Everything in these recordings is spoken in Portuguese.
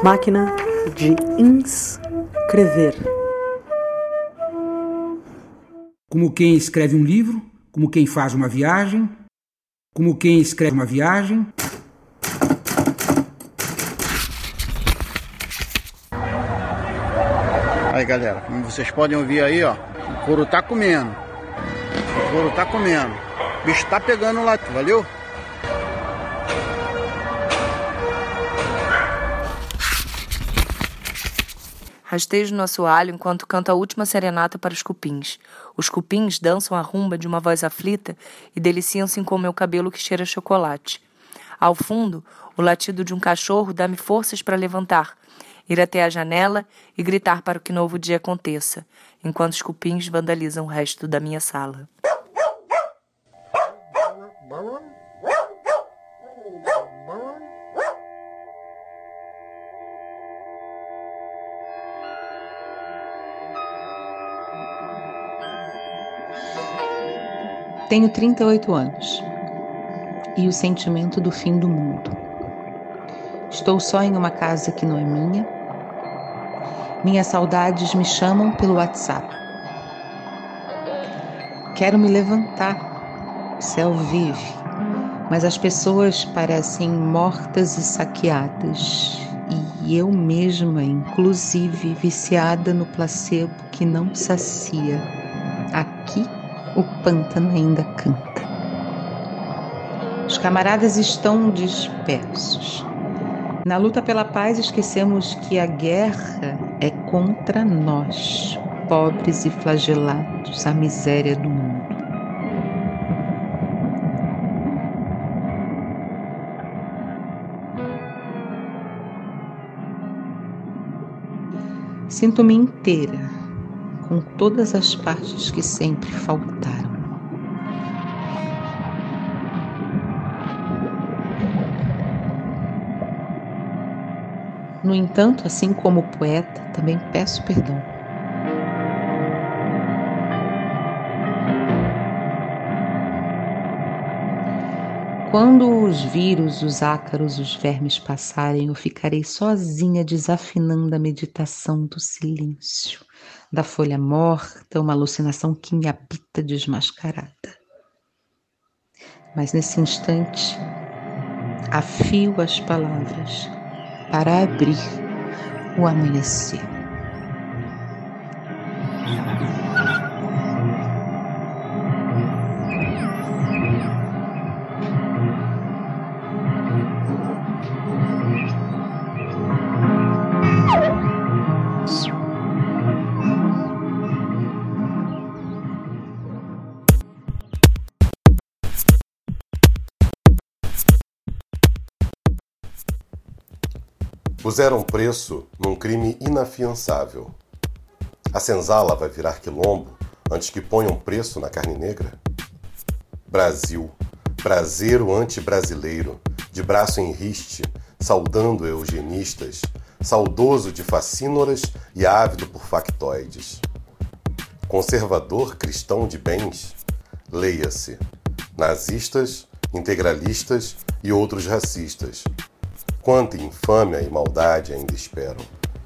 Máquina de inscrever. Como quem escreve um livro, como quem faz uma viagem, como quem escreve uma viagem. Aí, galera, como vocês podem ouvir aí, ó, o couro tá comendo. O couro tá comendo. O bicho tá pegando lá, valeu? Rastejo no assoalho enquanto canto a última serenata para os cupins. Os cupins dançam a rumba de uma voz aflita e deliciam-se com meu cabelo que cheira a chocolate. Ao fundo, o latido de um cachorro dá-me forças para levantar, ir até a janela e gritar para que novo dia aconteça, enquanto os cupins vandalizam o resto da minha sala. Tenho 38 anos e o sentimento do fim do mundo. Estou só em uma casa que não é minha. Minhas saudades me chamam pelo WhatsApp. Quero me levantar, o céu vive, mas as pessoas parecem mortas e saqueadas. E eu mesma, inclusive, viciada no placebo que não sacia. Aqui, o pântano ainda canta. Os camaradas estão dispersos. Na luta pela paz, esquecemos que a guerra é contra nós, pobres e flagelados, a miséria do mundo. Sinto-me inteira, com todas as partes que sempre faltaram. No entanto, assim como o poeta, também peço perdão. Quando os vírus, os ácaros, os vermes passarem, eu ficarei sozinha desafinando a meditação do silêncio, da folha morta, uma alucinação que me habita desmascarada. Mas nesse instante, afio as palavras para abrir o amanhecer. Puseram preço num crime inafiançável. A senzala vai virar quilombo antes que ponham preço na carne negra? Brasil, braseiro anti-brasileiro, de braço em riste, saudando eugenistas, saudoso de facínoras e ávido por factoides. Conservador cristão de bens? Leia-se, nazistas, integralistas e outros racistas. Quanta infâmia e maldade ainda esperam.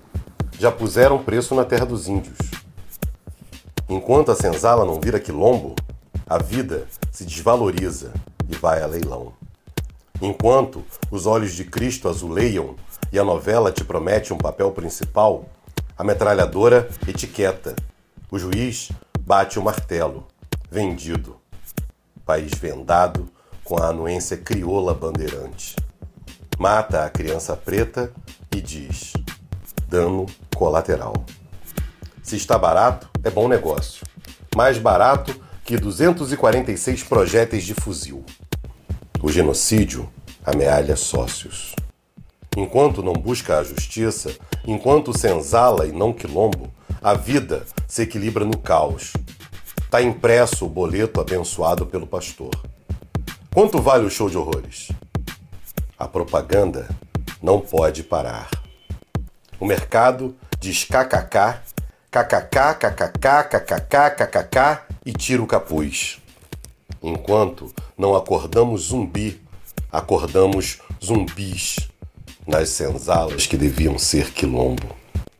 Já puseram preço na terra dos índios. Enquanto a senzala não vira quilombo, a vida se desvaloriza e vai a leilão. Enquanto os olhos de Cristo azuleiam e a novela te promete um papel principal, a metralhadora etiqueta. O juiz bate o martelo. Vendido. País vendado com a anuência crioula bandeirante. Mata a criança preta e diz: dano colateral. Se está barato, é bom negócio. Mais barato que 246 projéteis de fuzil. O genocídio amealha sócios. Enquanto não busca a justiça, enquanto senzala e não quilombo, a vida se equilibra no caos. Está impresso o boleto abençoado pelo pastor. Quanto vale o show de horrores? A propaganda não pode parar. O mercado diz kkk, kkk, kkk, kkk, kkk e tira o capuz. Enquanto não acordamos zumbi, acordamos zumbis. nas senzalas que deviam ser quilombo.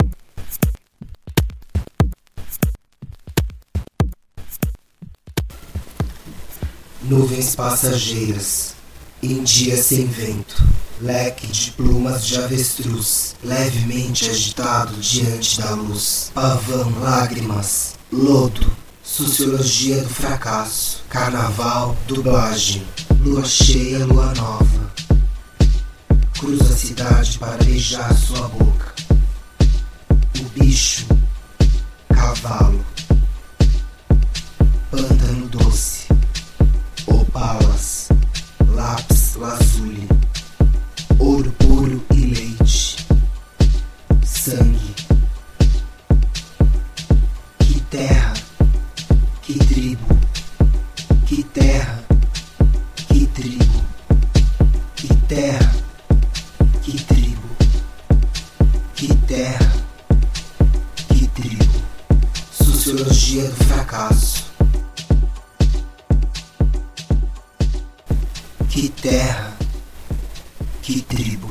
Nuvens passageiras, em dia sem vento, leque de plumas de avestruz, levemente agitado diante da luz, pavão, lágrimas, lodo, sociologia do fracasso, carnaval, dublagem, lua cheia, lua nova, cruza a cidade para beijar sua boca, o bicho, cavalo, pântano doce, opalas, lápis lazuli, ouro puro e leite, sangue. Que terra, que tribo, que terra, que tribo, que terra, que tribo, que terra, que tribo. Sociologia do fracasso. Que terra, que tribo.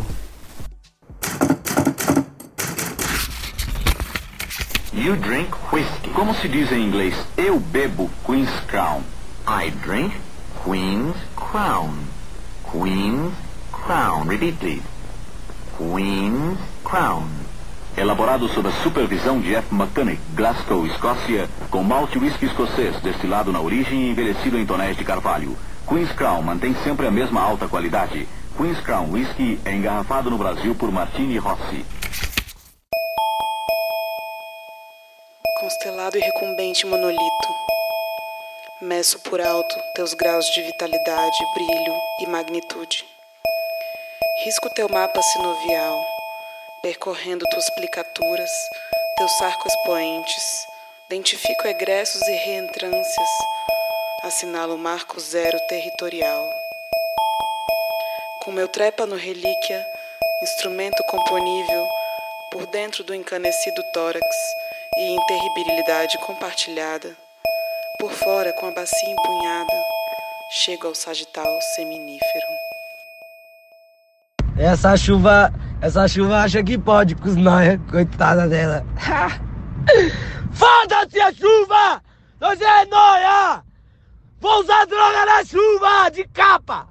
You drink whiskey. Como se diz em inglês? Eu bebo Queen's Crown. I drink Queen's Crown. Queen's Crown. Repeat, please. Queen's Crown. Elaborado sob a supervisão de F. McCunnick, Glasgow, Escócia, com malte whisky escocês, destilado na origem e envelhecido em tonéis de carvalho. Queen's Crown mantém sempre a mesma alta qualidade. Queen's Crown Whisky é engarrafado no Brasil por Martini Rossi. Constelado e recumbente monolito, meço por alto teus graus de vitalidade, brilho e magnitude. Risco teu mapa sinovial, percorrendo tuas plicaturas, teus arcos expoentes, identifico egressos e reentrâncias, assinalo o marco zero territorial. Com meu trépano relíquia, instrumento componível, por dentro do encanecido tórax e interribilidade compartilhada, por fora com a bacia empunhada, chego ao sagital seminífero. Essa chuva acha que pode com os nóia, coitada dela. Foda-se a chuva! Você é nóia! Vou usar droga na chuva, de capa!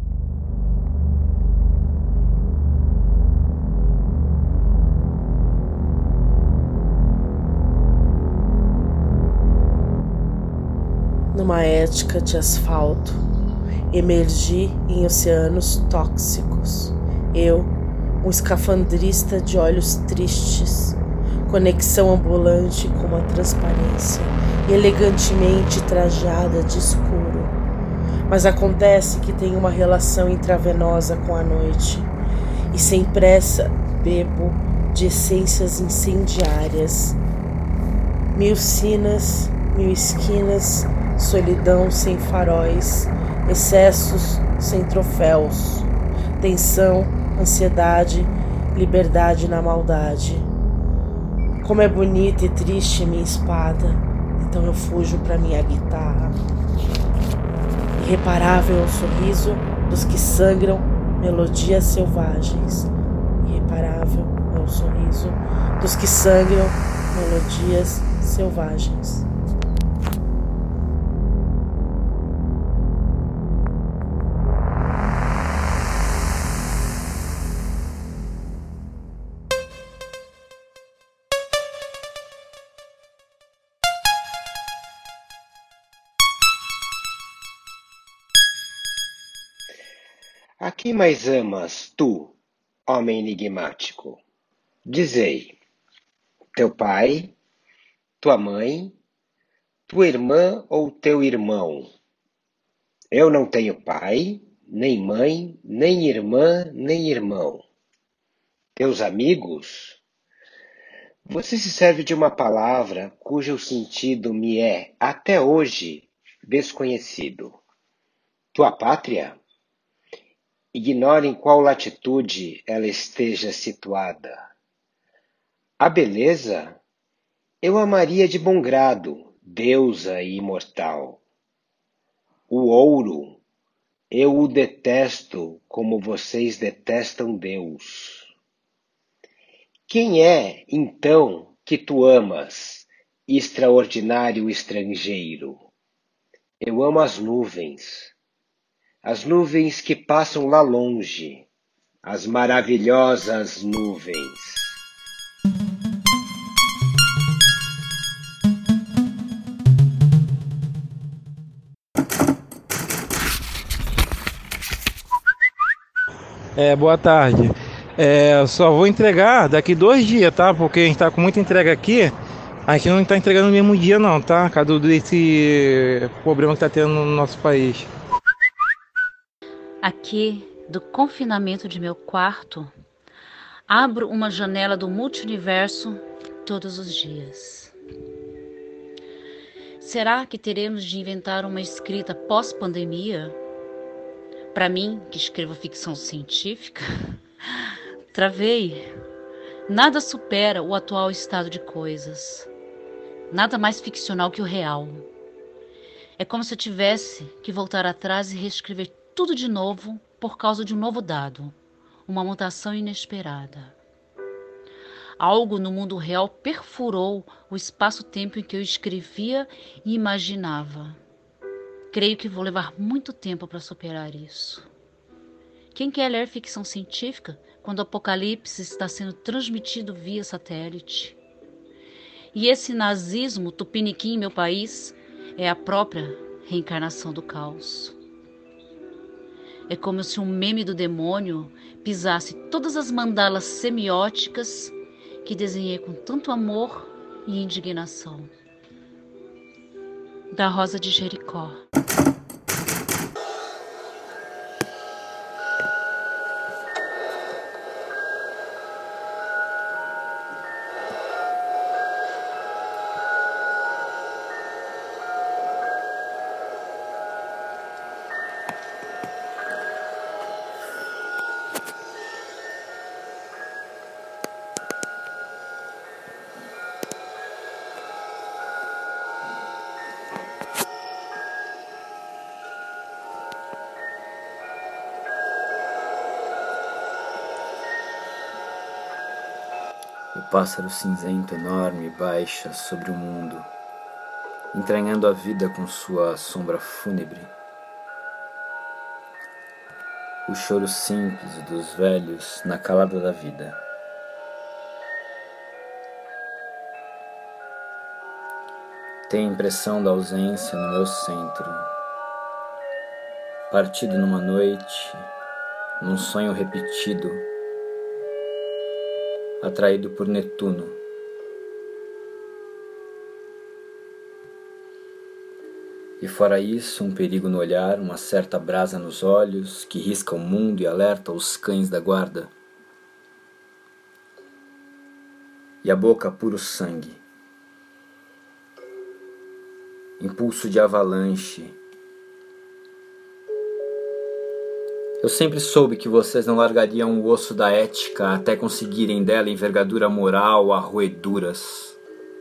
Numa ética de asfalto, emergi em oceanos tóxicos. Eu, um escafandrista de olhos tristes, conexão ambulante com uma transparência elegantemente trajada de escuro. Mas acontece que tenho uma relação intravenosa com a noite e sem pressa bebo de essências incendiárias. Mil sinas, mil esquinas, solidão sem faróis, excessos sem troféus, tensão, ansiedade, liberdade na maldade. Como é bonita e triste minha espada, então eu fujo pra minha guitarra. Irreparável é o sorriso dos que sangram melodias selvagens. Irreparável é o sorriso dos que sangram melodias selvagens. A quem mais amas, tu, homem enigmático? Dizei, teu pai, tua mãe, tua irmã ou teu irmão? Eu não tenho pai, nem mãe, nem irmã, nem irmão. Teus amigos? Você se serve de uma palavra cujo sentido me é, até hoje, desconhecido. Tua pátria? Ignore em qual latitude ela esteja situada. A beleza? Eu amaria de bom grado, deusa e imortal. O ouro? Eu o detesto como vocês detestam Deus. Quem é, então, que tu amas, extraordinário estrangeiro? Eu amo as nuvens que passam lá longe, as maravilhosas nuvens. Boa tarde. Só vou entregar daqui 2 dias, tá? Porque a gente tá com muita entrega aqui. A gente não tá entregando no mesmo dia não, tá? Por causa desse problema que tá tendo no nosso país. Aqui, do confinamento de meu quarto, abro uma janela do multiverso todos os dias. Será que teremos de inventar uma escrita pós-pandemia? Para mim, que escrevo ficção científica, travei. Nada supera o atual estado de coisas. Nada mais ficcional que o real. É como se eu tivesse que voltar atrás e reescrever tudo de novo por causa de um novo dado, uma mutação inesperada. Algo no mundo real perfurou o espaço-tempo em que eu escrevia e imaginava. Creio que vou levar muito tempo para superar isso. Quem quer ler ficção científica quando o apocalipse está sendo transmitido via satélite? E esse nazismo tupiniquim em meu país é a própria reencarnação do caos. É como se um meme do demônio pisasse todas as mandalas semióticas que desenhei com tanto amor e indignação. Da Rosa de Jericó. O pássaro cinzento enorme baixa sobre o mundo, entranhando a vida com sua sombra fúnebre. O choro simples dos velhos na calada da vida. Tenho a impressão da ausência no meu centro, partido numa noite, num sonho repetido, atraído por Netuno. E fora isso, um perigo no olhar, uma certa brasa nos olhos, que risca o mundo e alerta os cães da guarda. E a boca puro sangue. Impulso de avalanche. Eu sempre soube que vocês não largariam o osso da ética até conseguirem dela envergadura moral a roeduras.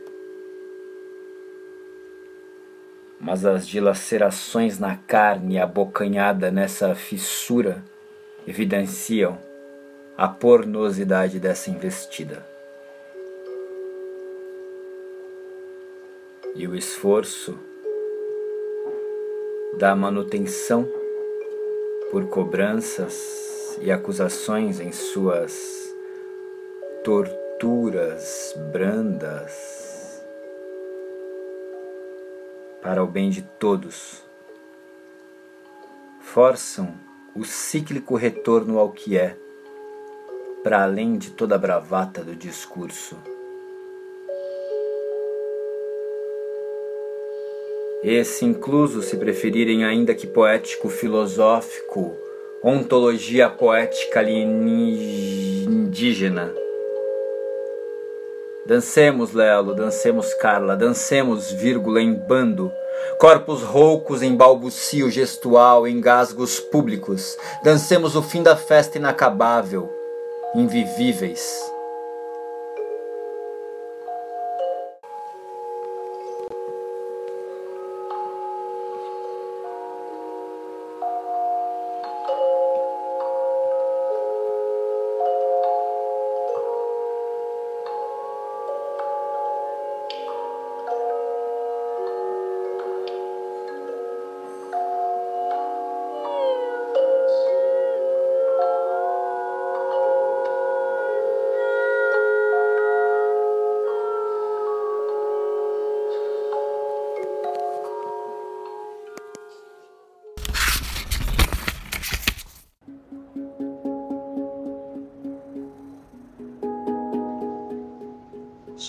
Mas as dilacerações na carne abocanhada nessa fissura evidenciam a pornosidade dessa investida. E o esforço da manutenção por cobranças e acusações em suas torturas brandas, para o bem de todos, forçam o cíclico retorno ao que é, para além de toda a bravata do discurso. Esse incluso, se preferirem, ainda que poético, filosófico, ontologia poética indígena. Dancemos, Lelo, dancemos, Carla, dancemos, vírgula, em bando, corpos roucos em balbucio gestual, em gasgos públicos. Dancemos o fim da festa inacabável, invivíveis.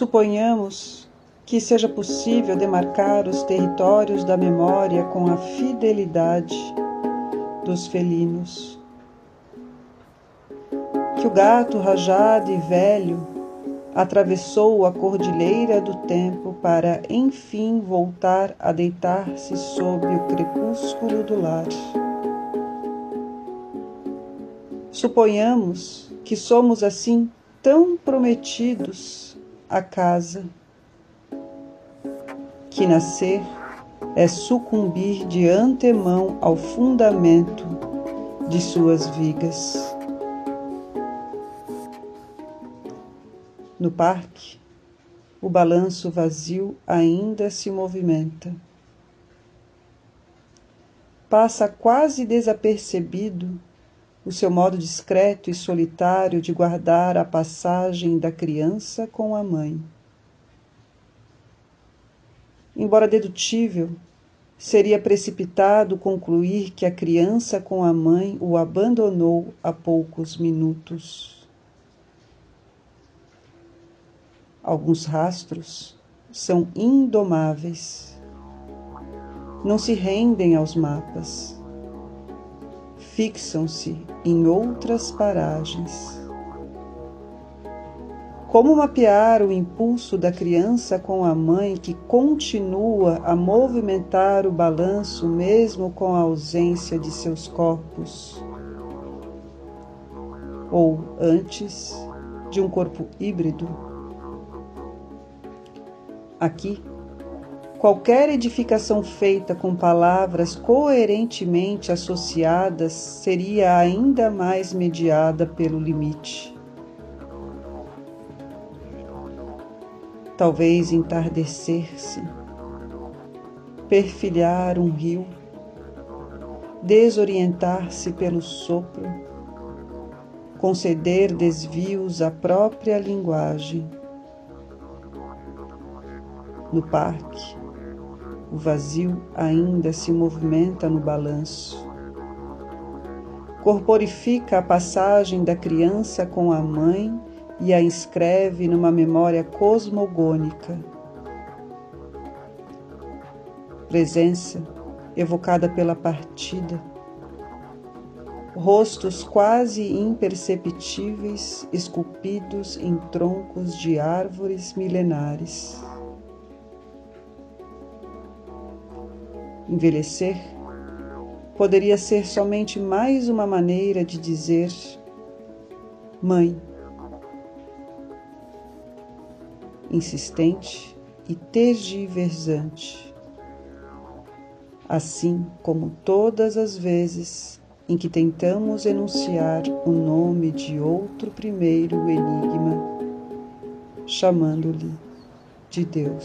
Suponhamos que seja possível demarcar os territórios da memória com a fidelidade dos felinos. Que o gato rajado e velho atravessou a cordilheira do tempo para, enfim, voltar a deitar-se sob o crepúsculo do lar. Suponhamos que somos assim tão prometidos à casa, que nascer é sucumbir de antemão ao fundamento de suas vigas. No parque, o balanço vazio ainda se movimenta. Passa quase desapercebido o seu modo discreto e solitário de guardar a passagem da criança com a mãe. Embora dedutível, seria precipitado concluir que a criança com a mãe o abandonou há poucos minutos. Alguns rastros são indomáveis. Não se rendem aos mapas. Fixam-se em outras paragens. Como mapear o impulso da criança com a mãe que continua a movimentar o balanço mesmo com a ausência de seus corpos? Ou, antes, de um corpo híbrido? Aqui, qualquer edificação feita com palavras coerentemente associadas seria ainda mais mediada pelo limite. Talvez entardecer-se, perfilhar um rio, desorientar-se pelo sopro, conceder desvios à própria linguagem. No parque, o vazio ainda se movimenta no balanço. Corporifica a passagem da criança com a mãe e a inscreve numa memória cosmogônica. Presença evocada pela partida. Rostos quase imperceptíveis esculpidos em troncos de árvores milenares. Envelhecer poderia ser somente mais uma maneira de dizer mãe. Insistente e tergiversante, assim como todas as vezes em que tentamos enunciar o nome de outro primeiro enigma, chamando-lhe de Deus.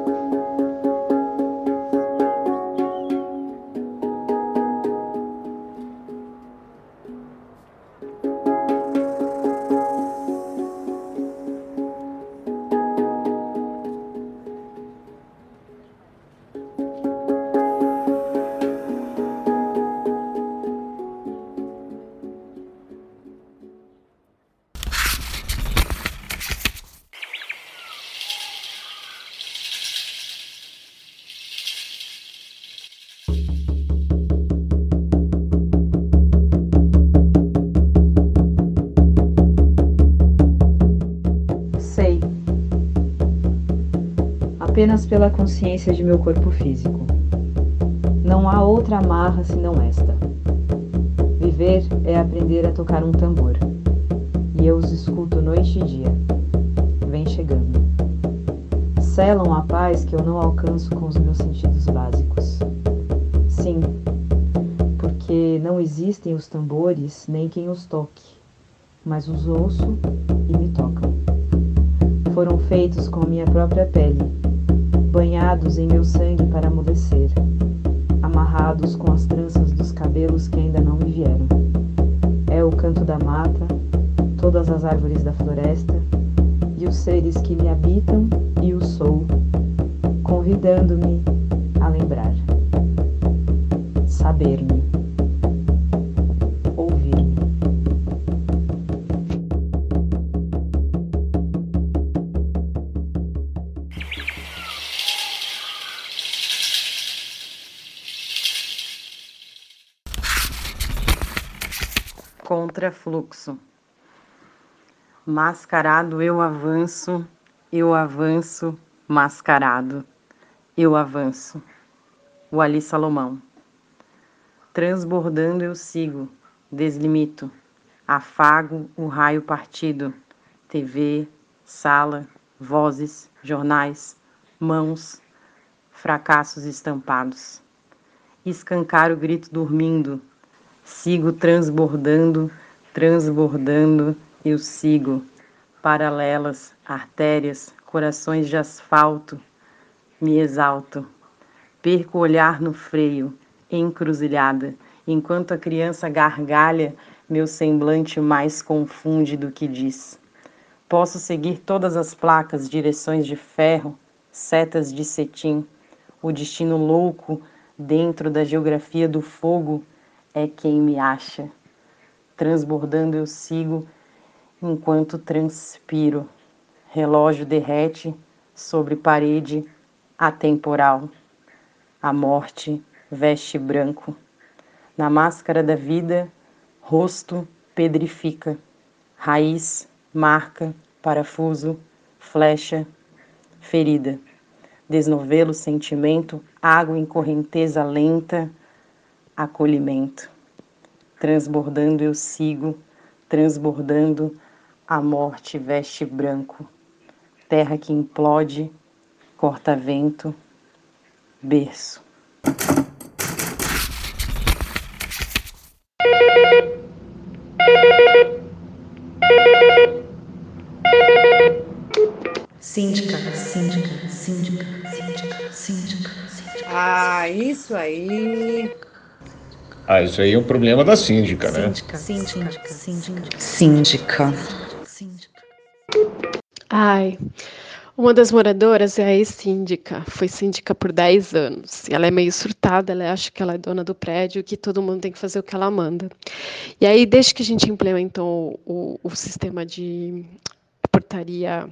Apenas pela consciência de meu corpo físico. Não há outra amarra senão esta. Viver é aprender a tocar um tambor. E eu os escuto noite e dia. Vem chegando. Selam a paz que eu não alcanço com os meus sentidos básicos. Sim, porque não existem os tambores nem quem os toque, mas os ouço e me tocam. Foram feitos com a minha própria pele, banhados em meu sangue para amolecer, amarrados com as tranças dos cabelos que ainda não me vieram. É o canto da mata, todas as árvores da floresta e os seres que me habitam e o sou, convidando-me a lembrar, saber-me, ouvir-me. Contrafluxo. Mascarado eu avanço, mascarado, eu avanço. Wally Salomão. Transbordando eu sigo, deslimito, afago o raio partido, TV, sala, vozes, jornais, mãos, fracassos estampados. Escancar o grito dormindo, sigo transbordando, eu sigo. Paralelas, artérias, corações de asfalto, me exalto. Perco o olhar no freio, encruzilhada, enquanto a criança gargalha, meu semblante mais confunde do que diz. Posso seguir todas as placas, direções de ferro, setas de cetim. O destino louco, dentro da geografia do fogo, é quem me acha. Transbordando eu sigo, enquanto transpiro. Relógio derrete sobre parede atemporal. A morte veste branco. Na máscara da vida, rosto pedrifica. Raiz, marca, parafuso, flecha, ferida. Desnovelo, sentimento, água em correnteza lenta, acolhimento. Transbordando eu sigo, transbordando, a morte veste branco. Terra que implode, corta-vento, berço. Síndica. Ah, isso aí. Ah, isso aí é um problema da síndica, né? Síndica. Ai, uma das moradoras é a ex-síndica, foi síndica por 10 anos. E ela é meio surtada, ela acha que ela é dona do prédio e que todo mundo tem que fazer o que ela manda. E aí, desde que a gente implementou o sistema de portaria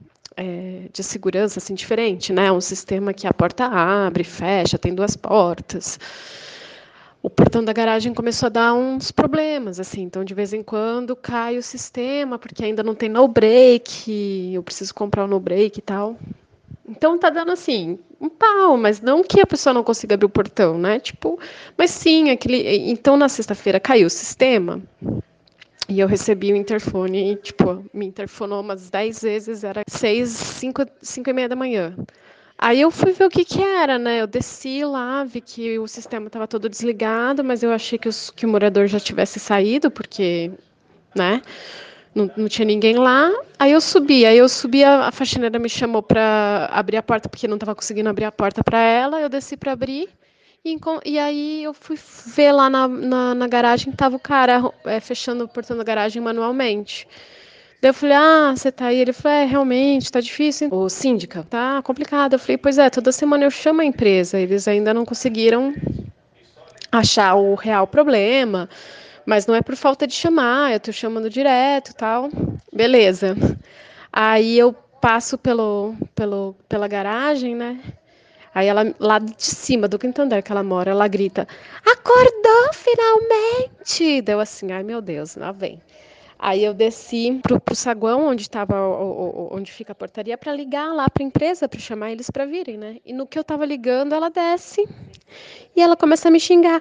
de segurança, assim, diferente, né? Um sistema que a porta abre, fecha, tem 2 portas. O portão da garagem começou a dar uns problemas, assim, então de vez em quando cai o sistema, porque ainda não tem no break, eu preciso comprar o no break e tal. Então tá dando assim, um pau, mas não que a pessoa não consiga abrir o portão, né? Tipo, mas sim, então na sexta-feira caiu o sistema e eu recebi o interfone, e, tipo, me interfonou umas 10 vezes, era 5:30 da manhã. Aí eu fui ver o que era, né? Eu desci lá, vi que o sistema estava todo desligado, mas eu achei que o morador já tivesse saído, porque, né? Não tinha ninguém lá. Aí eu subi, a faxineira me chamou para abrir a porta, porque não estava conseguindo abrir a porta para ela. Eu desci para abrir, e aí eu fui ver lá na garagem, estava o cara fechando o portão da garagem manualmente. Daí eu falei, você tá aí? Ele falou, realmente, tá difícil. Ô, síndica, tá complicado. Eu falei, pois é, toda semana eu chamo a empresa, eles ainda não conseguiram achar o real problema, mas não é por falta de chamar, eu tô chamando direto e tal. Beleza. Aí eu passo pela garagem, né? Aí ela, lá de cima, do quinto andar que ela mora, ela grita, acordou finalmente! Deu assim, ai meu Deus, lá vem. Aí eu desci pro saguão onde fica a portaria para ligar lá para a empresa, para chamar eles para virem, né? E no que eu tava ligando, ela desce e ela começa a me xingar.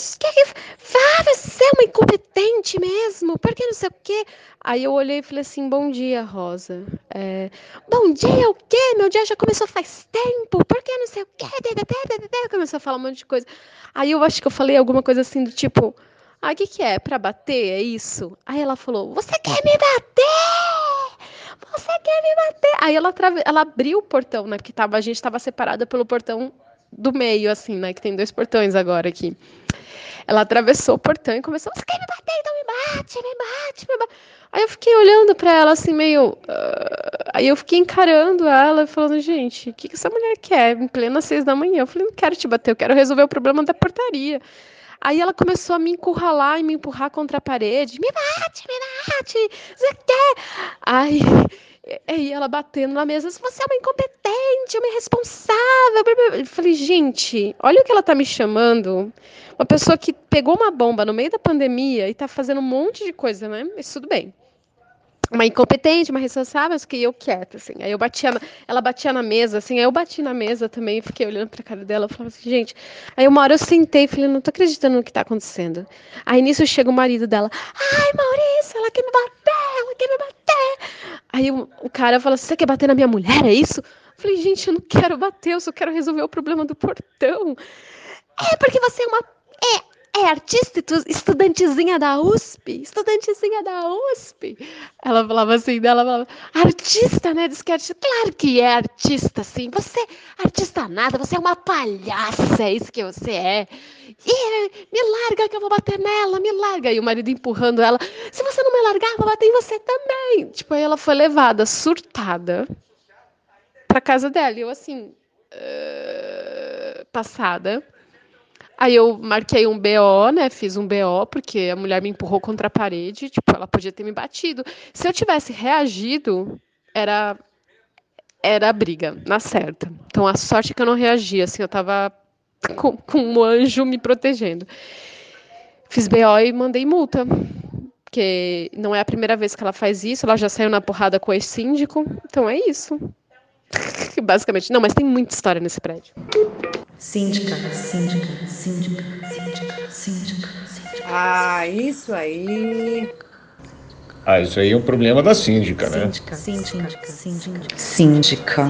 Você é uma incompetente mesmo, por que não sei o quê? Aí eu olhei e falei assim, bom dia, Rosa. Bom dia o quê? Meu dia já começou faz tempo, por que não sei o quê? Começou a falar um monte de coisa. Aí eu acho que eu falei alguma coisa assim do tipo... o que é? Pra bater? É isso? Aí ela falou, você quer me bater? Você quer me bater? Aí ela abriu o portão, né? Porque a gente estava separada pelo portão do meio, assim, né? Que tem 2 portões agora aqui. Ela atravessou o portão e começou, você quer me bater? Então me bate. Aí eu fiquei olhando pra ela, assim, meio... Aí eu fiquei encarando ela, falando, gente, o que essa mulher quer? Em plena 6 da manhã. Eu falei, não quero te bater, eu quero resolver o problema da portaria. Aí ela começou a me encurralar e me empurrar contra a parede. Me bate, você quer? Aí ela batendo na mesa, você é uma incompetente, uma irresponsável, Eu falei, gente, olha o que ela tá me chamando. Uma pessoa que pegou uma bomba no meio da pandemia e tá fazendo um monte de coisa, né? Mas tudo bem. Uma incompetente, uma responsável, mas que eu quieta, assim. Aí ela batia na mesa, assim, aí eu bati na mesa também, fiquei olhando pra cara dela, eu falava assim, gente. Aí uma hora eu sentei e falei, não tô acreditando no que tá acontecendo. Aí nisso chega o marido dela, ai, Maurício, ela quer me bater. Aí o cara fala, você quer bater na minha mulher, é isso? Eu falei, gente, eu não quero bater, eu só quero resolver o problema do portão. É, porque você é uma... É artista, estudantezinha da USP? Ela falava assim, ela falava, artista, né? Diz que é artista. Claro que é artista, sim. Você é artista nada, você é uma palhaça, é isso que você é. E me larga que eu vou bater nela, me larga. E o marido empurrando ela, se você não me largar, eu vou bater em você também. Tipo, aí ela foi levada, surtada, pra casa dela. E eu assim, passada. Aí eu marquei um BO, né? Fiz um BO, porque a mulher me empurrou contra a parede. Tipo, ela podia ter me batido. Se eu tivesse reagido, era a briga, na certa. Então, a sorte é que eu não reagi. Assim, eu tava com um anjo me protegendo. Fiz BO e mandei multa. Porque não é a primeira vez que ela faz isso. Ela já saiu na porrada com o ex-síndico. Então, é isso. Basicamente. Não, mas tem muita história nesse prédio. Síndica. Ah, isso aí. Ah, isso aí é um problema da síndica, né? Síndica.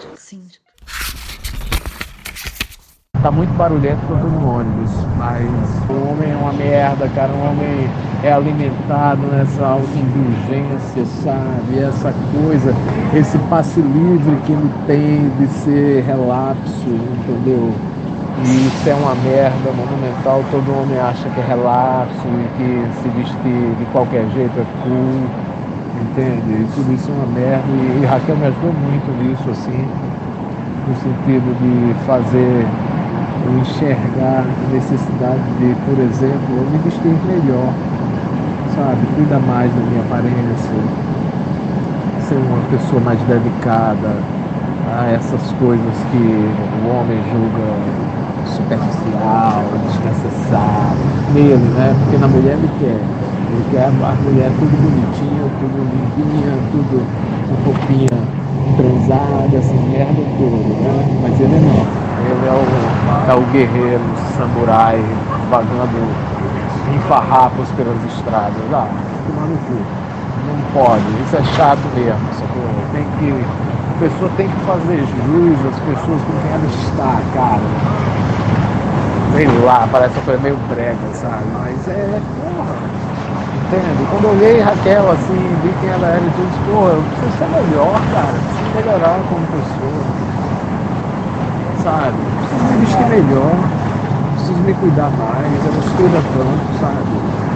Tá muito barulhento que eu tô no ônibus, mas o homem é uma merda, cara. O homem é alimentado nessa autoindulgência, sabe? Essa coisa, esse passe livre que ele tem de ser relapso, entendeu? E isso é uma merda monumental. Todo homem acha que é relapso e que se vestir de qualquer jeito é cool, entende? E tudo isso é uma merda. E Raquel me ajudou muito nisso, assim, no sentido de fazer eu enxergar a necessidade de, por exemplo, eu me vestir melhor, sabe? Cuidar mais da minha aparência, ser uma pessoa mais dedicada a essas coisas que o homem julga superficial, desnecessário, nele, né? Porque na mulher ele quer a mulher tudo bonitinha, tudo limpinha, tudo com roupinha transada, essa merda toda, né? Mas ele não. Ele é o guerreiro, o samurai, vagando em farrapos pelas estradas. Ah, tomar no cu. Não pode, isso é chato mesmo. A pessoa tem que fazer jus às pessoas com quem ela está, cara. Sei lá, parece uma coisa meio brega, sabe? Mas porra. Entende? Quando eu olhei Raquel assim, vi quem ela era e tudo, disse, porra, eu preciso ser melhor, cara. Eu preciso melhorar como pessoa. Sabe? Preciso me vestir melhor, preciso me cuidar mais, eu não se cuida tanto, sabe?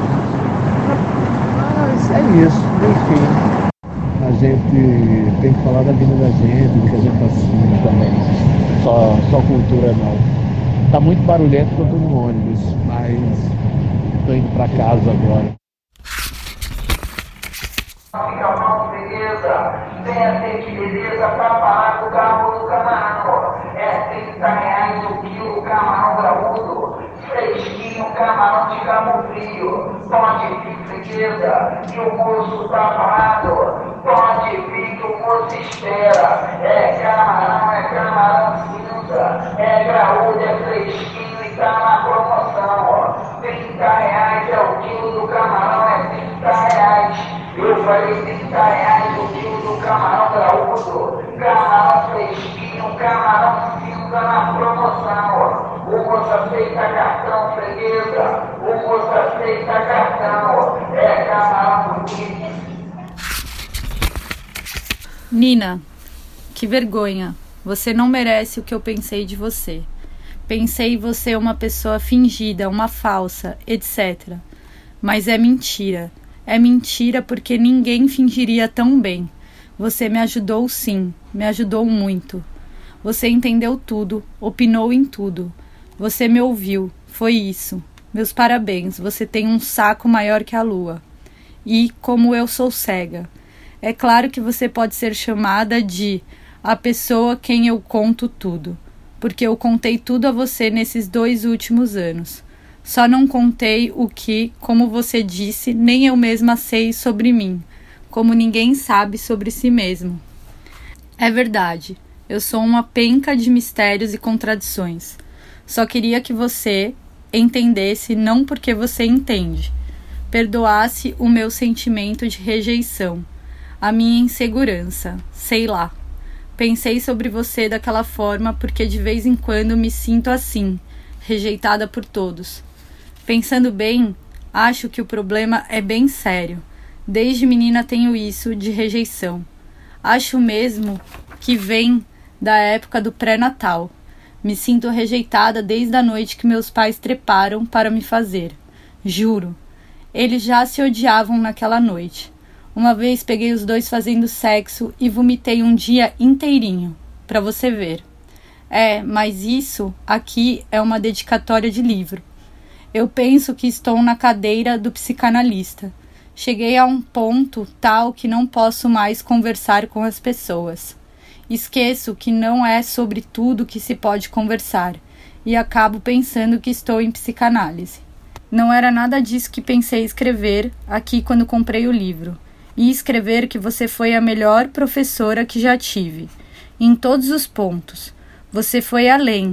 Mas é isso, enfim. A gente tem que falar da vida da gente, do que a gente está assistindo também. Só cultura não. Tá muito barulhento que eu tô no ônibus, mas tô indo pra casa agora. Pica-pau de beleza, venha ter de beleza pra parar com o carro do camarão. É R$30 o quilo, camarão graúdo, fresquinho, camarão de cabo frio. Pode vir, freguesa, que o moço tá parado. Pode vir que o moço espera. É camarão cinza, é graúdo, é fresquinho e tá na promoção. R$30 é o quilo do camarão, é R$30. Eu falei R$30 o quilo do camarão graúdo, camarão fresquinho, camarão cinza na promoção. O moço aceita cartão, freguesa, o moço aceita cartão, é camarão bonito. Nina, que vergonha, você não merece o que eu pensei de você. Pensei você uma pessoa fingida, uma falsa, etc. Mas é mentira. É mentira porque ninguém fingiria tão bem. Você me ajudou sim, me ajudou muito. Você entendeu tudo, opinou em tudo. Você me ouviu, foi isso. Meus parabéns, você tem um saco maior que a lua. E, como eu sou cega, é claro que você pode ser chamada de a pessoa quem eu conto tudo. porque eu contei tudo a você nesses 2 últimos anos. Só não contei o que, como você disse, nem eu mesma sei sobre mim, como ninguém sabe sobre si mesmo. É verdade, eu sou uma penca de mistérios e contradições. Só queria que você entendesse, não porque você entende. Perdoasse o meu sentimento de rejeição, a minha insegurança, sei lá. Pensei sobre você daquela forma porque de vez em quando me sinto assim, rejeitada por todos. Pensando bem, acho que o problema é bem sério. Desde menina tenho isso de rejeição. Acho mesmo que vem da época do pré-natal. Me sinto rejeitada desde a noite que meus pais treparam para me fazer. Juro. Eles já se odiavam naquela noite. Uma vez peguei os dois fazendo sexo e vomitei um dia inteirinho, para você ver. Mas isso aqui é uma dedicatória de livro. Eu penso que estou na cadeira do psicanalista. Cheguei a um ponto tal que não posso mais conversar com as pessoas. Esqueço que não é sobre tudo que se pode conversar e acabo pensando que estou em psicanálise. Não era nada disso que pensei escrever aqui quando comprei o livro. E escrever que você foi a melhor professora que já tive. Em todos os pontos. Você foi além.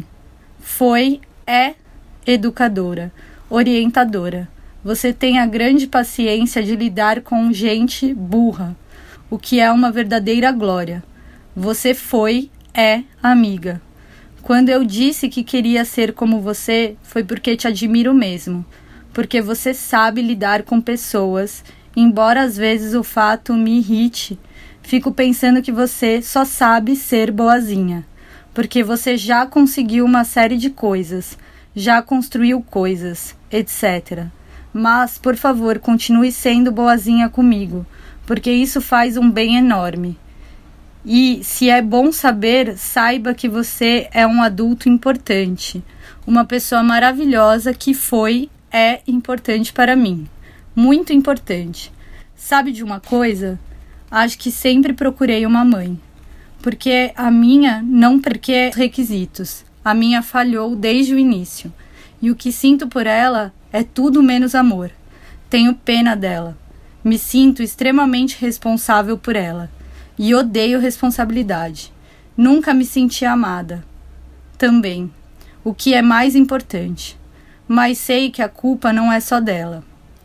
É educadora, orientadora. Você tem a grande paciência de lidar com gente burra, o que é uma verdadeira glória. Você é amiga. Quando eu disse que queria ser como você, foi porque te admiro mesmo. Porque você sabe lidar com pessoas, embora às vezes o fato me irrite. Fico pensando que você só sabe ser boazinha. Porque você já conseguiu uma série de coisas, já construiu coisas, etc. Mas, por favor, continue sendo boazinha comigo, porque isso faz um bem enorme. E, se é bom saber, saiba que você é um adulto importante, uma pessoa maravilhosa que é importante para mim, muito importante. Sabe de uma coisa? Acho que sempre procurei uma mãe, porque a minha não porque requisitos, a minha falhou desde o início, e o que sinto por ela é tudo menos amor. Tenho pena dela, me sinto extremamente responsável por ela. E odeio responsabilidade. Nunca me senti amada. Também. O que é mais importante. Mas sei que a culpa não é só dela.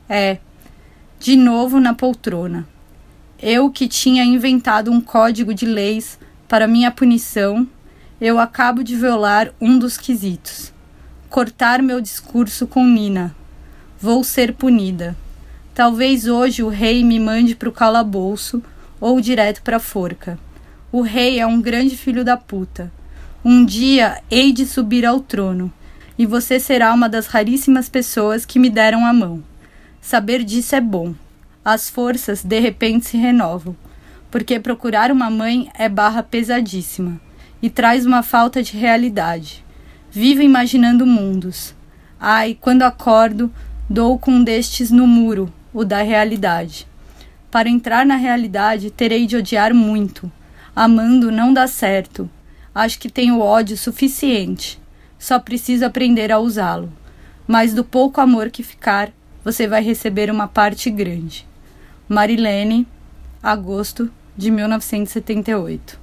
De novo na poltrona. Eu que tinha inventado um código de leis para minha punição, eu acabo de violar um dos quesitos. Cortar meu discurso com Nina. Vou ser punida. Talvez hoje o rei me mande para o calabouço ou direto para a forca. O rei é um grande filho da puta. Um dia hei de subir ao trono, e você será uma das raríssimas pessoas que me deram a mão. Saber disso é bom. As forças de repente se renovam, porque procurar uma mãe é barra pesadíssima, e traz uma falta de realidade. Vivo imaginando mundos. Quando acordo, dou com um destes no muro, o da realidade. Para entrar na realidade, terei de odiar muito. Amando não dá certo. Acho que tenho ódio suficiente. Só preciso aprender a usá-lo. Mas do pouco amor que ficar, você vai receber uma parte grande. Marilene, agosto de 1978.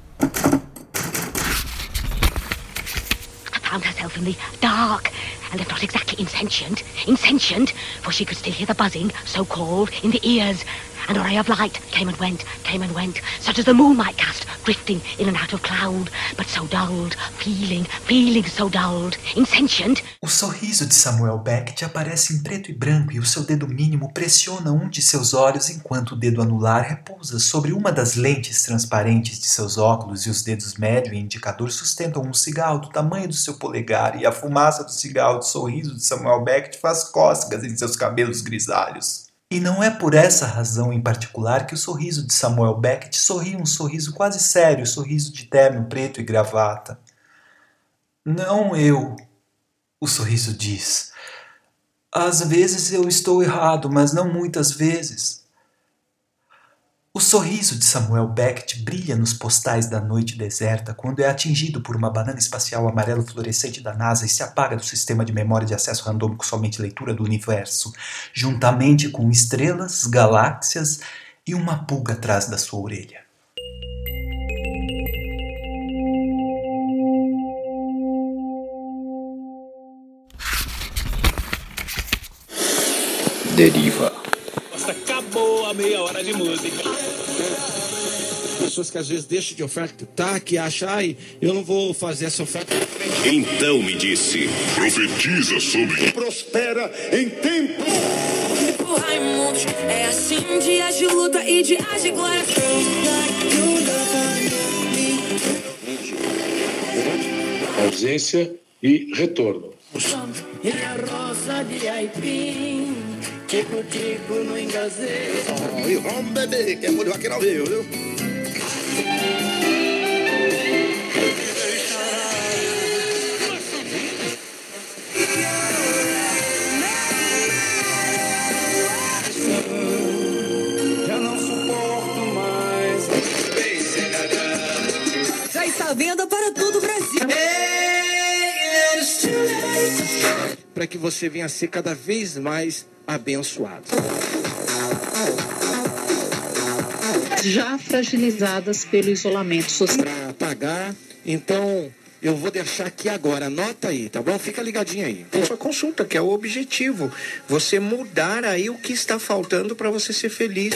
Found herself in the dark, and if not exactly insentient, for she could still hear the buzzing, so-called, in the ears. And a ray of light came and went, such as the moon might cast, drifting in and out of cloud, but so dulled, feeling so dulled, insentient. O sorriso de Samuel Beckett aparece em preto e branco e o seu dedo mínimo pressiona um de seus olhos enquanto o dedo anular repousa sobre uma das lentes transparentes de seus óculos e os dedos médio e indicador sustentam um cigarro do tamanho do seu polegar e a fumaça do cigarro de sorriso de Samuel Beckett faz cócegas em seus cabelos grisalhos. E não é por essa razão em particular que o sorriso de Samuel Beckett sorri um sorriso quase sério, sorriso de terno preto e gravata. Não eu, o sorriso diz. Às vezes eu estou errado, mas não muitas vezes. O sorriso de Samuel Beckett brilha nos postais da noite deserta quando é atingido por uma banana espacial amarelo fluorescente da NASA e se apaga do sistema de memória de acesso randômico somente leitura do universo, juntamente com estrelas, galáxias e uma pulga atrás da sua orelha. Deriva. Nossa, acabou a meia hora de música. Pessoas que às vezes deixam de ofertar, que acham, eu não vou fazer essa oferta. Então me disse, profetiza sobre prospera em tempo. Tipo Raimundos, é assim, dias de luta e dias de glória. Ausência e retorno. E a roça de aipim, tico-tico no engazê. E vamos beber, que é molho aqui ao vivo, viu? Já não suporto mais. Já está à venda para todo o Brasil. Para que você venha a ser cada vez mais abençoado. Já fragilizadas pelo isolamento social. Para pagar, então eu vou deixar aqui agora, anota aí, tá bom? Fica ligadinho aí. Tem sua consulta, que é o objetivo. Você mudar aí o que está faltando para você ser feliz.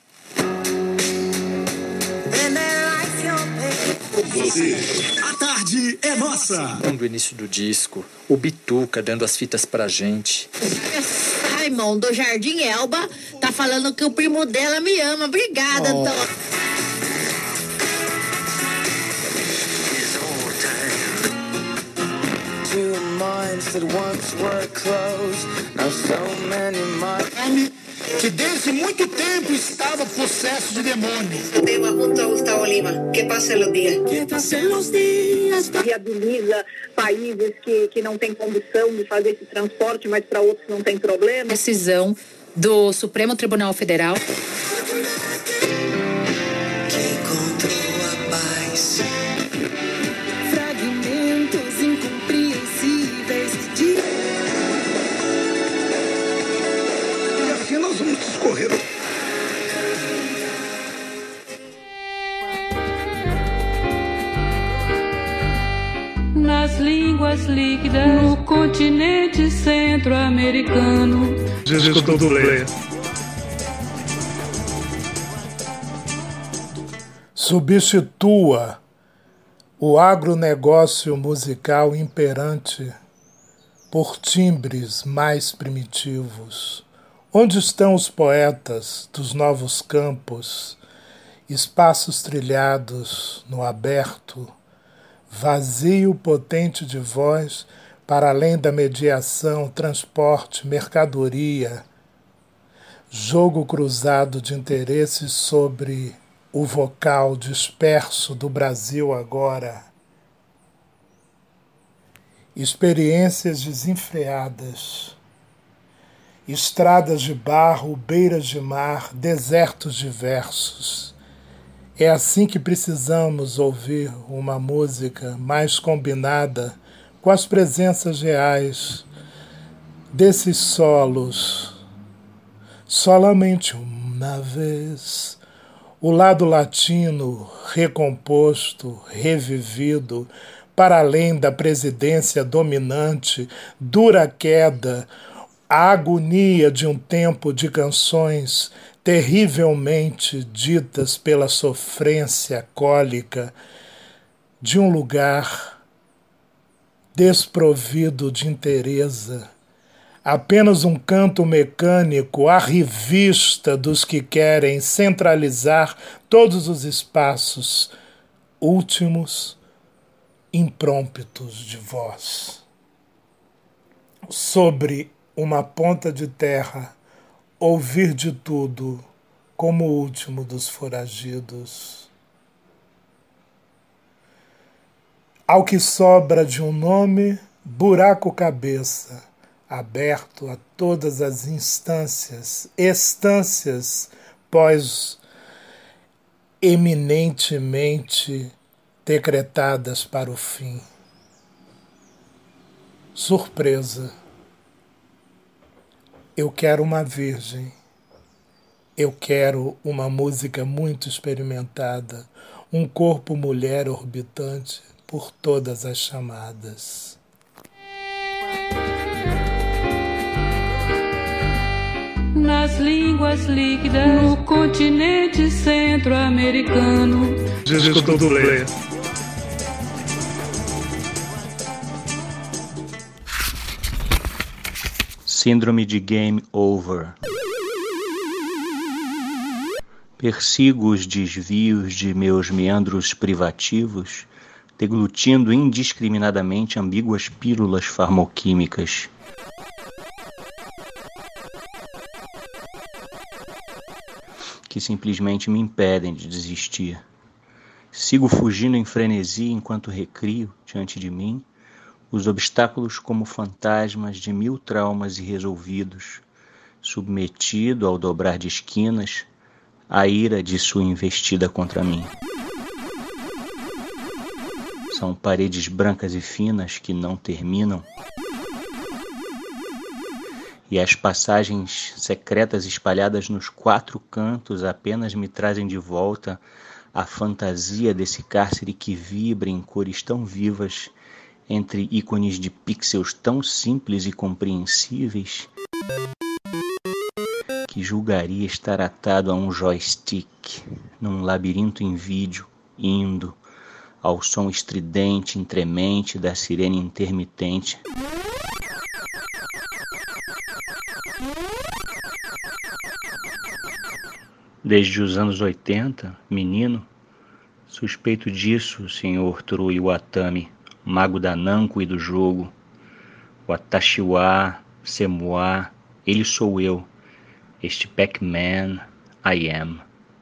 A tarde é nossa. Do início do disco, o Bituca dando as fitas pra gente. Raimon do Jardim Elba tá falando que o primo dela me ama. Obrigada, então. Que desde muito tempo estava possesso de demônios. Tema junto a Gustavo Lima. Que passe los dias. Que passe los dias. Viabiliza países que não têm condição de fazer esse transporte, mas para outros não tem problema. Decisão do Supremo Tribunal Federal. Que encontrou a paz. Fragmentos incompreensíveis de... E assim nós vamos discorrer. Nas línguas líquidas no continente centro-americano. Disco dublê. Substitua o agronegócio musical imperante por timbres mais primitivos. Onde estão os poetas dos novos campos, espaços trilhados no aberto, vazio potente de voz para além da mediação, transporte, mercadoria, jogo cruzado de interesses sobre o vocal disperso do Brasil agora. Experiências desenfreadas, estradas de barro, beiras de mar, desertos diversos. É assim que precisamos ouvir uma música mais combinada com as presenças reais desses solos. Solamente uma vez, o lado latino recomposto, revivido, para além da presidência dominante, dura queda, a agonia de um tempo de canções terrivelmente ditas pela sofrência cólica de um lugar desprovido de inteireza, apenas um canto mecânico à revista dos que querem centralizar todos os espaços últimos imprômpitos de voz. Sobre uma ponta de terra, ouvir de tudo como o último dos foragidos. Ao que sobra de um nome, buraco cabeça, aberto a todas as instâncias, estâncias eminentemente decretadas para o fim. Surpresa. Eu quero uma virgem. Eu quero uma música muito experimentada, um corpo mulher orbitante por todas as chamadas. Nas línguas líquidas no continente centro-americano. Disco do Player. Síndrome de Game Over. Persigo os desvios de meus meandros privativos, deglutindo indiscriminadamente ambíguas pílulas farmoquímicas. Que simplesmente me impedem de desistir. Sigo fugindo em frenesi enquanto recrio, diante de mim, os obstáculos como fantasmas de 1000 traumas irresolvidos, submetido ao dobrar de esquinas, a ira de sua investida contra mim. São paredes brancas e finas que não terminam, e as passagens secretas espalhadas nos 4 cantos apenas me trazem de volta a fantasia desse cárcere que vibra em cores tão vivas entre ícones de pixels tão simples e compreensíveis que julgaria estar atado a um joystick num labirinto em vídeo, indo ao som estridente, intremente da sirene intermitente. Desde os anos 80, menino, suspeito disso, senhor Toru Iwatani, mago da Namco e do jogo, Watashiwa, Semua, ele sou eu, este Pac-Man, I am.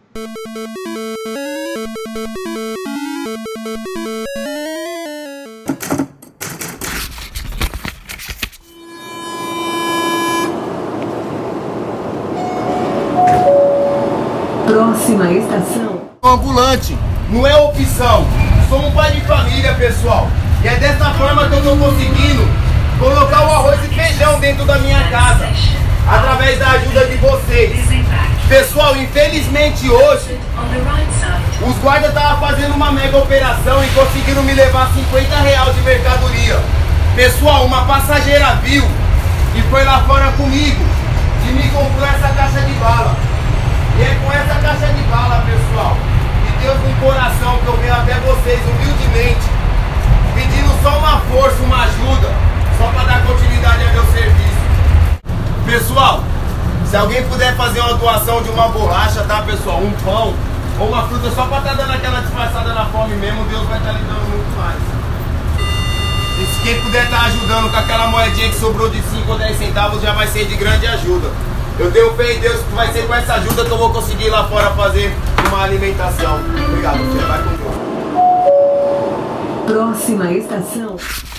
Próxima estação. Ambulante, não é opção. Sou um pai de família, pessoal. E é dessa forma que eu tô conseguindo colocar o arroz e feijão dentro da minha casa, através da ajuda de vocês. Pessoal, infelizmente hoje, os guardas estavam fazendo uma mega operação e conseguiram me levar R$50 de mercadoria. Pessoal, uma passageira viu e foi lá fora comigo e me comprou essa caixa de bala. E é com essa caixa de bala, pessoal, e Deus no coração, que eu venho até vocês humildemente, pedindo só uma força, uma ajuda, só para dar continuidade ao meu serviço. Pessoal, se alguém puder fazer uma doação de uma bolacha, tá, pessoal, um pão ou uma fruta, só para estar dando aquela disfarçada na fome mesmo, Deus vai estar lhe dando muito mais. E se quem puder estar ajudando com aquela moedinha que sobrou de 5 ou 10 centavos, já vai ser de grande ajuda. Eu tenho fé em Deus que vai ser com essa ajuda que eu vou conseguir ir lá fora fazer uma alimentação. Obrigado, você vai com Deus. Próxima estação.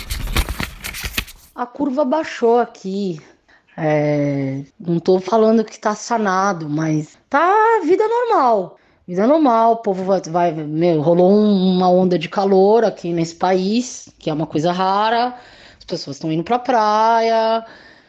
A curva baixou aqui. Não tô falando que tá sanado, mas tá vida normal. Vida normal, o povo rolou uma onda de calor aqui nesse país, que é uma coisa rara. As pessoas estão indo pra praia.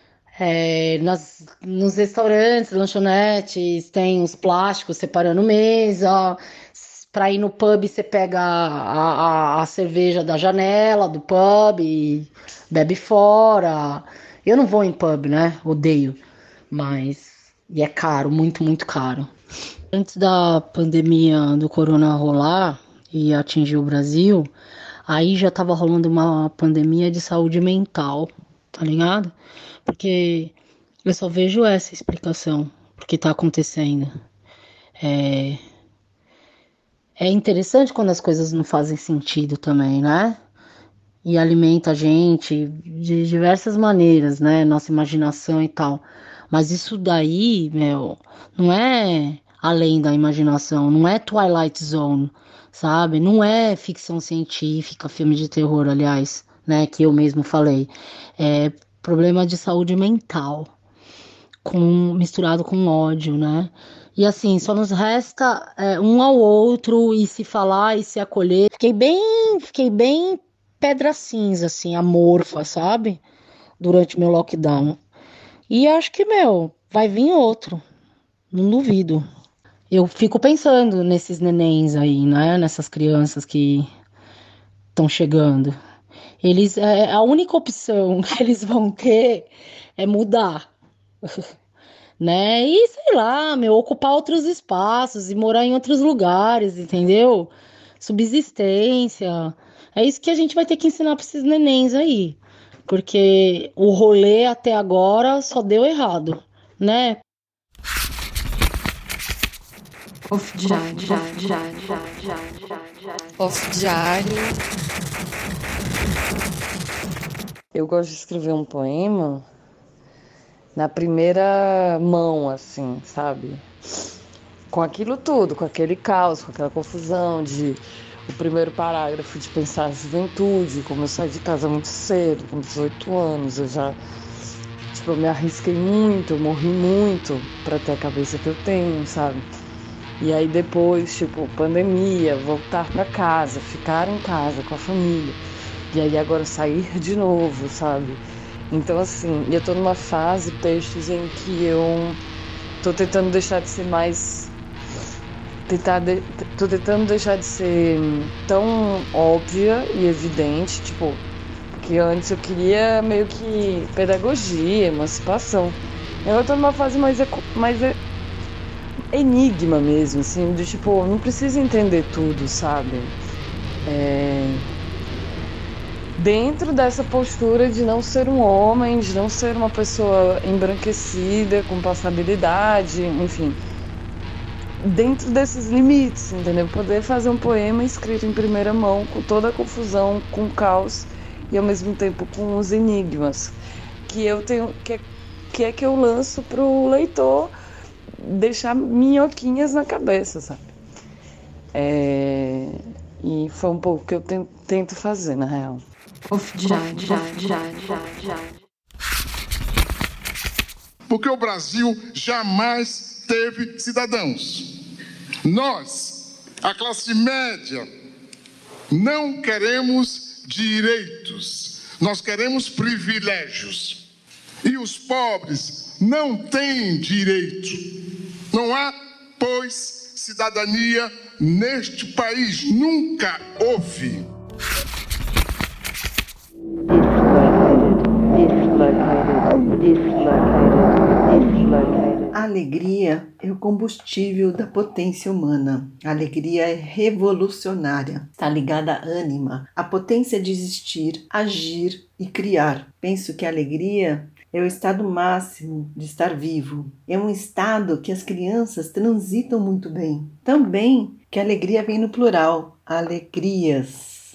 Nos restaurantes, lanchonetes, tem os plásticos separando mesa. Para ir no pub, você pega a cerveja da janela do pub e bebe fora. Eu não vou em pub, né? Odeio. E é caro, muito, muito caro. Antes da pandemia do corona rolar e atingir o Brasil, aí já tava rolando uma pandemia de saúde mental, tá ligado? Porque eu só vejo essa explicação pro que tá acontecendo. É interessante quando as coisas não fazem sentido também, né? E alimenta a gente de diversas maneiras, né? Nossa imaginação e tal. Mas isso daí, não é além da imaginação, não é Twilight Zone, sabe? Não é ficção científica, filme de terror, aliás, né? Que eu mesmo falei. É problema de saúde mental, misturado com ódio, né? E assim, só nos resta um ao outro e se falar e se acolher. Fiquei bem pedra cinza, assim, amorfa, sabe? Durante o meu lockdown. E acho que, vai vir outro. Não duvido. Eu fico pensando nesses nenéns aí, né? Nessas crianças que estão chegando. Eles, a única opção que eles vão ter é mudar. Né? E sei lá, ocupar outros espaços e morar em outros lugares, entendeu? Subsistência. É isso que a gente vai ter que ensinar para esses nenéns aí. Porque o rolê até agora só deu errado, né? Off diário. Eu gosto de escrever um poema na primeira mão, assim, sabe? Com aquilo tudo, com aquele caos, com aquela confusão de o primeiro parágrafo de pensar a juventude, como eu saí de casa muito cedo, com 18 anos, eu já, eu me arrisquei muito, eu morri muito pra ter a cabeça que eu tenho, sabe? E aí depois, pandemia, voltar pra casa, ficar em casa com a família, e aí agora sair de novo, sabe? Então, assim, eu tô numa fase, textos em que eu tô tentando deixar de ser mais... Tô tentando deixar de ser tão óbvia e evidente, porque antes eu queria meio que pedagogia, emancipação. Eu tô numa fase mais enigma mesmo, assim, de não precisa entender tudo, sabe? Dentro dessa postura de não ser um homem, de não ser uma pessoa embranquecida, com passabilidade, enfim. Dentro desses limites, entendeu? Poder fazer um poema escrito em primeira mão, com toda a confusão, com o caos e ao mesmo tempo com os enigmas que eu tenho, que eu lanço pro leitor deixar minhoquinhas na cabeça, sabe? E foi um pouco que eu tento fazer, na real. Porque o Brasil jamais teve cidadãos. Nós, a classe média, não queremos direitos, nós queremos privilégios. E os pobres não têm direito. Não há, pois, cidadania neste país. Nunca houve. A alegria é o combustível da potência humana. A alegria é revolucionária. Está ligada à ânima, à potência de existir, agir e criar. Penso que a alegria é o estado máximo de estar vivo. É um estado que as crianças transitam muito bem. Também que a alegria vem no plural. Alegrias,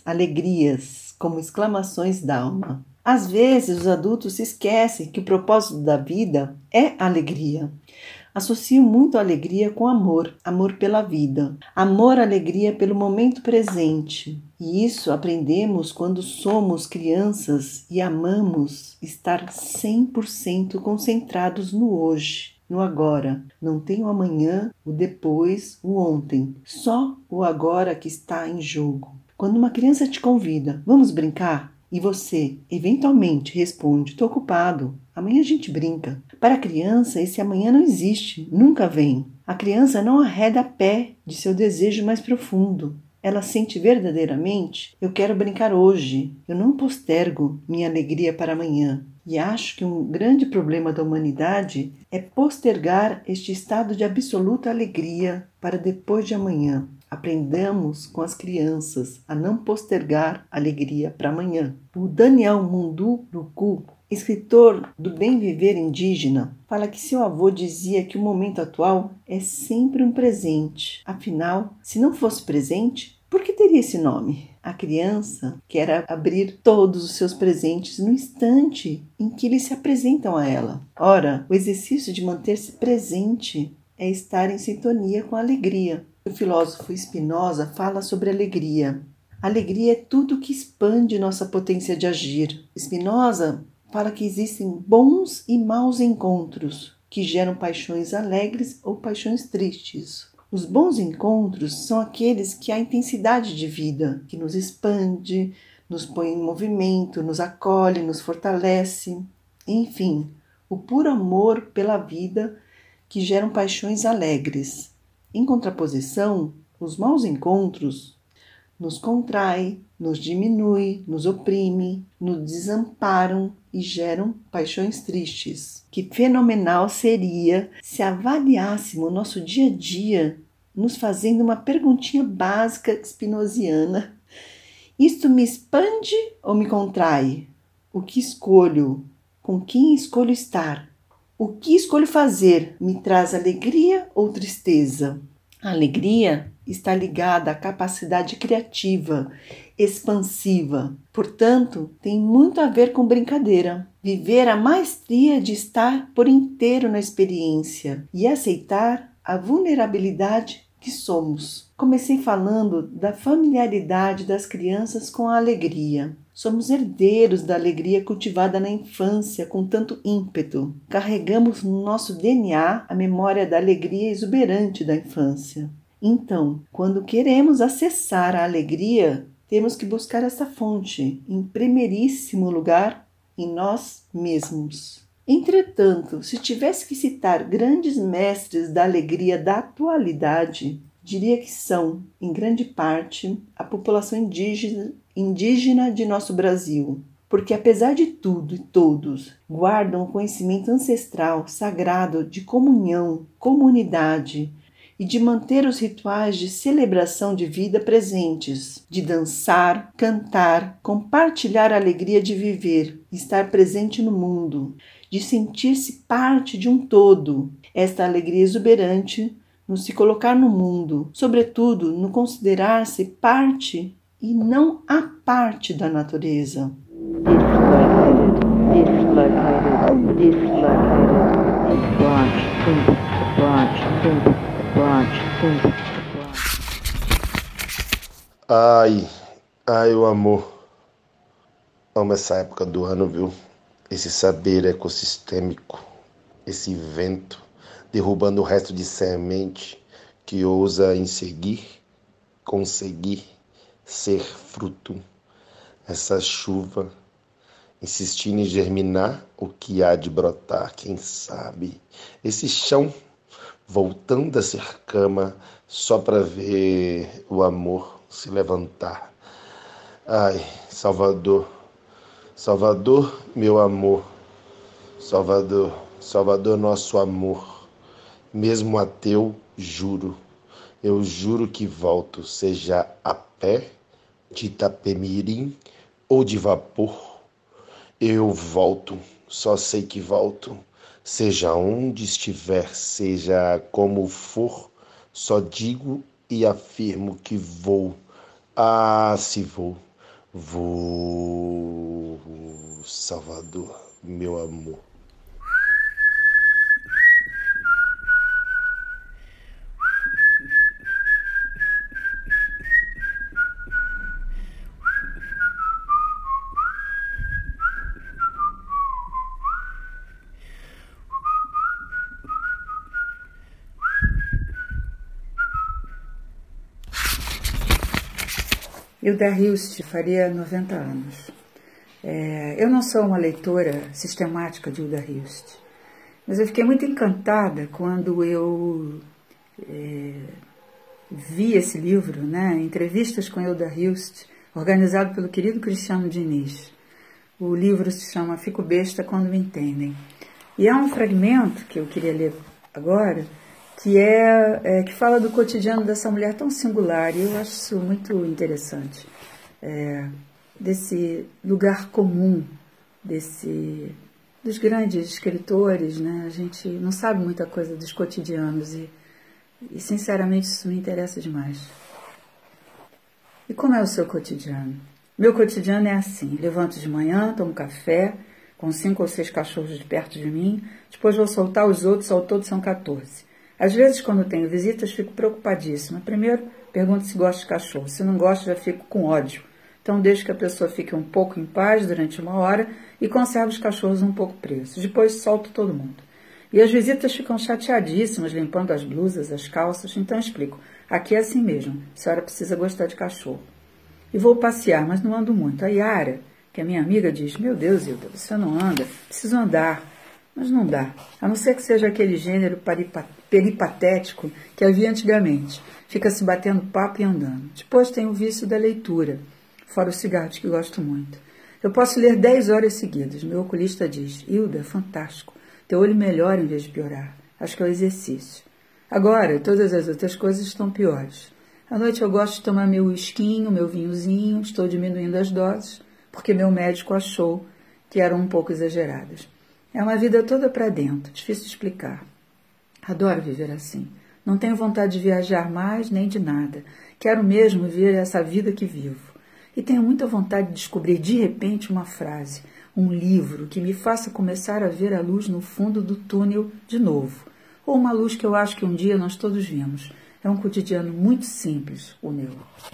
como exclamações d'alma. Às vezes os adultos se esquecem que o propósito da vida é alegria. Associo muito a alegria com amor pela vida, alegria pelo momento presente. E isso aprendemos quando somos crianças e amamos estar 100% concentrados no hoje, no agora. Não tem o amanhã, o depois, o ontem. Só o agora que está em jogo. Quando uma criança te convida, vamos brincar? E você, eventualmente, responde, estou ocupado, amanhã a gente brinca. Para a criança, esse amanhã não existe, nunca vem. A criança não arreda pé de seu desejo mais profundo. Ela sente verdadeiramente, eu quero brincar hoje, eu não postergo minha alegria para amanhã. E acho que um grande problema da humanidade é postergar este estado de absoluta alegria para depois de amanhã. Aprendamos com as crianças a não postergar a alegria para amanhã. O Daniel Munduruku, escritor do Bem Viver Indígena, fala que seu avô dizia que o momento atual é sempre um presente. Afinal, se não fosse presente, por que teria esse nome? A criança quer abrir todos os seus presentes no instante em que eles se apresentam a ela. Ora, o exercício de manter-se presente é estar em sintonia com a alegria. O filósofo Spinoza fala sobre alegria. Alegria é tudo que expande nossa potência de agir. Spinoza fala que existem bons e maus encontros. que geram paixões alegres ou paixões tristes. Os bons encontros são aqueles que há intensidade de vida, que nos expande, nos põe em movimento, nos acolhe, nos fortalece. Enfim, o puro amor pela vida que geram paixões alegres. Em contraposição, os maus encontros nos contrai, nos diminui, nos oprime, nos desamparam e geram paixões tristes. Que fenomenal seria se avaliássemos o nosso dia a dia nos fazendo uma perguntinha básica spinoziana. Isto me expande ou me contrai? O que escolho? Com quem escolho estar? O que escolho fazer? Me traz alegria ou tristeza? A alegria está ligada à capacidade criativa, expansiva. Portanto, tem muito a ver com brincadeira. Viver a maestria de estar por inteiro na experiência e aceitar a vulnerabilidade que somos. Comecei falando da familiaridade das crianças com a alegria. Somos herdeiros da alegria cultivada na infância com tanto ímpeto. Carregamos no nosso DNA a memória da alegria exuberante da infância. Então, quando queremos acessar a alegria, temos que buscar essa fonte, em primeiríssimo lugar, em nós mesmos. Entretanto, se tivesse que citar grandes mestres da alegria da atualidade, diria que são, em grande parte, a população indígena de nosso Brasil. Porque apesar de tudo e todos, guardam o conhecimento ancestral, sagrado de comunhão, comunidade e de manter os rituais de celebração de vida presentes, de dançar, cantar, compartilhar a alegria de viver, estar presente no mundo, de sentir-se parte de um todo. Esta alegria exuberante no se colocar no mundo, sobretudo no considerar-se parte e não a parte da natureza. Ai, o amor. Amo essa época do ano, viu? Esse saber ecossistêmico, esse vento derrubando o resto de semente que ousa em seguir, conseguir ser fruto. Essa chuva insistindo em germinar o que há de brotar, quem sabe. Esse chão voltando a ser cama só para ver o amor se levantar. Ai, Salvador, Salvador, meu amor, Salvador, Salvador, nosso amor. Mesmo ateu, juro, eu juro que volto, seja a pé, de Itapemirim ou de vapor. Eu volto, só sei que volto, seja onde estiver, seja como for, só digo e afirmo que vou. Ah, se vou, vou, Salvador, meu amor. Hilda Hilst faria 90 anos. Eu não sou uma leitora sistemática de Hilda Hilst, mas eu fiquei muito encantada quando eu vi esse livro, né, Entrevistas com Hilda Hilst, organizado pelo querido Cristiano Diniz. O livro se chama Fico Besta Quando Me Entendem. E há um fragmento que eu queria ler agora, que fala do cotidiano dessa mulher tão singular, e eu acho isso muito interessante, desse lugar comum, dos grandes escritores, né? A gente não sabe muita coisa dos cotidianos e sinceramente isso me interessa demais. E como é o seu cotidiano? Meu cotidiano é assim: levanto de manhã, tomo café com 5 ou 6 cachorros de perto de mim, depois vou soltar os outros, ao todo são 14. Às vezes, quando tenho visitas, fico preocupadíssima. Primeiro, pergunto se gosto de cachorro. Se não gosto, já fico com ódio. Então, deixo que a pessoa fique um pouco em paz durante 1 hora e conservo os cachorros um pouco presos. Depois, solto todo mundo. E as visitas ficam chateadíssimas, limpando as blusas, as calças. Então explico. Aqui é assim mesmo. A senhora precisa gostar de cachorro. E vou passear, mas não ando muito. A Yara, que é minha amiga, diz, meu Deus, Hilda, você não anda, preciso andar. Mas não dá, a não ser que seja aquele gênero peripatético que havia antigamente. Fica se batendo papo e andando. Depois tem o vício da leitura, fora os cigarros que gosto muito. Eu posso ler 10 horas seguidas. Meu oculista diz, Hilda, fantástico, teu olho melhora em vez de piorar. Acho que é o exercício. Agora, todas as outras coisas estão piores. À noite eu gosto de tomar meu whiskinho, meu vinhozinho, estou diminuindo as doses, porque meu médico achou que eram um pouco exageradas. É uma vida toda para dentro, difícil de explicar. Adoro viver assim. Não tenho vontade de viajar mais nem de nada. Quero mesmo viver essa vida que vivo. E tenho muita vontade de descobrir de repente uma frase, um livro que me faça começar a ver a luz no fundo do túnel de novo. Ou uma luz que eu acho que um dia nós todos vimos. É um cotidiano muito simples, o meu.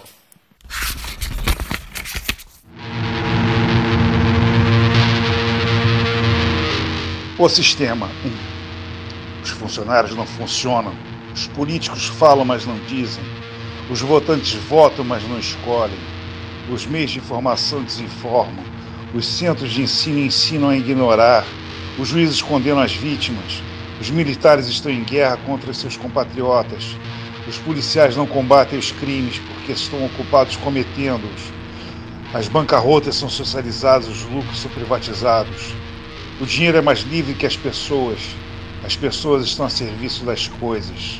O sistema. Os funcionários não funcionam. Os políticos falam, mas não dizem. Os votantes votam, mas não escolhem. Os meios de informação desinformam. Os centros de ensino ensinam a ignorar. Os juízes condenam as vítimas. Os militares estão em guerra contra seus compatriotas. Os policiais não combatem os crimes porque estão ocupados cometendo-os. As bancarrotas são socializadas, os lucros são privatizados. O dinheiro é mais livre que as pessoas. As pessoas estão a serviço das coisas.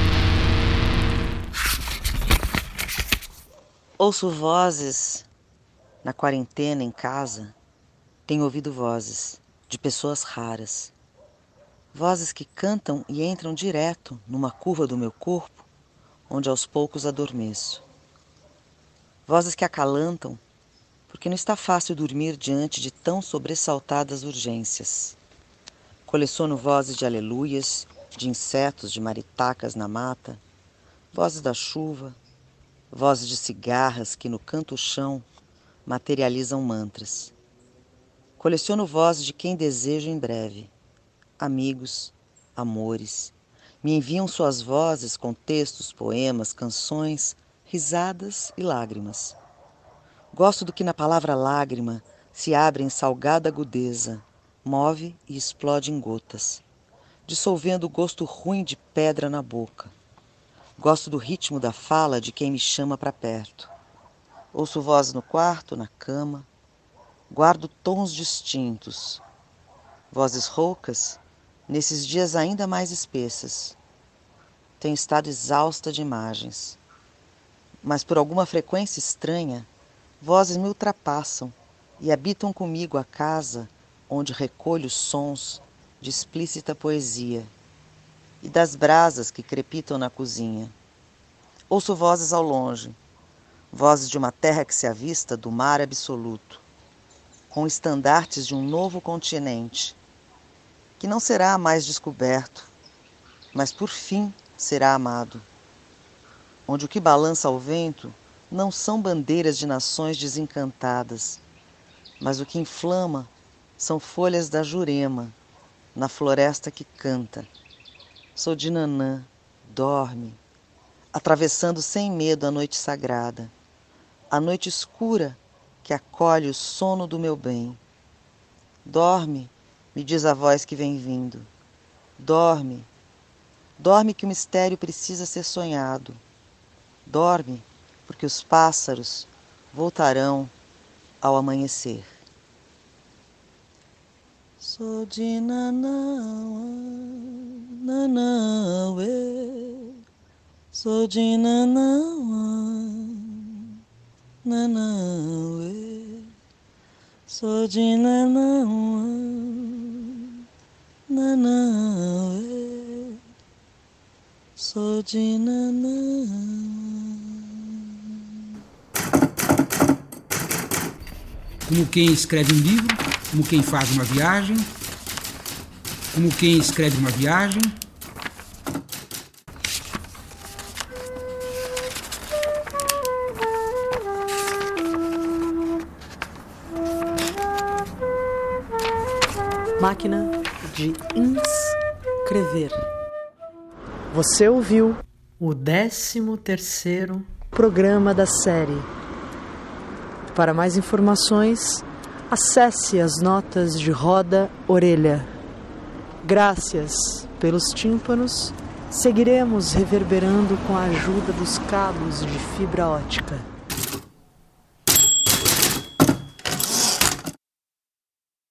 Ouço vozes na quarentena em casa. Tenho ouvido vozes de pessoas raras. Vozes que cantam e entram direto numa curva do meu corpo, onde aos poucos adormeço. Vozes que acalantam, porque não está fácil dormir diante de tão sobressaltadas urgências. Coleciono vozes de aleluias, de insetos, de maritacas na mata, vozes da chuva, vozes de cigarras que no canto-chão materializam mantras. Coleciono vozes de quem desejo em breve. Amigos, amores, me enviam suas vozes com textos, poemas, canções, risadas e lágrimas. Gosto do que na palavra lágrima se abre em salgada agudeza, move e explode em gotas, dissolvendo o gosto ruim de pedra na boca. Gosto do ritmo da fala de quem me chama para perto. Ouço vozes no quarto, na cama. Guardo tons distintos. Vozes roucas, nesses dias ainda mais espessas. Tenho estado exausta de imagens. Mas por alguma frequência estranha, vozes me ultrapassam e habitam comigo a casa onde recolho sons de explícita poesia e das brasas que crepitam na cozinha. Ouço vozes ao longe, vozes de uma terra que se avista do mar absoluto, com estandartes de um novo continente, que não será mais descoberto, mas por fim será amado, onde o que balança ao vento não são bandeiras de nações desencantadas, mas o que inflama são folhas da jurema, na floresta que canta. Sou de Nanã, dorme, atravessando sem medo a noite sagrada, a noite escura que acolhe o sono do meu bem. Dorme, me diz a voz que vem vindo. Dorme, dorme que o mistério precisa ser sonhado. Dorme, porque os pássaros voltarão ao amanhecer. Sou de Nanauê, Nanauê, sou de Nanauê, Nanauê, sou de Nanauê, Nanauê, sou de Nanauê. Como quem escreve um livro, como quem faz uma viagem, como quem escreve uma viagem. Máquina de ins Escrever. Você ouviu o 13º programa da série. Para mais informações, acesse as notas de Roda Orelha. Graças pelos tímpanos, seguiremos reverberando com a ajuda dos cabos de fibra ótica.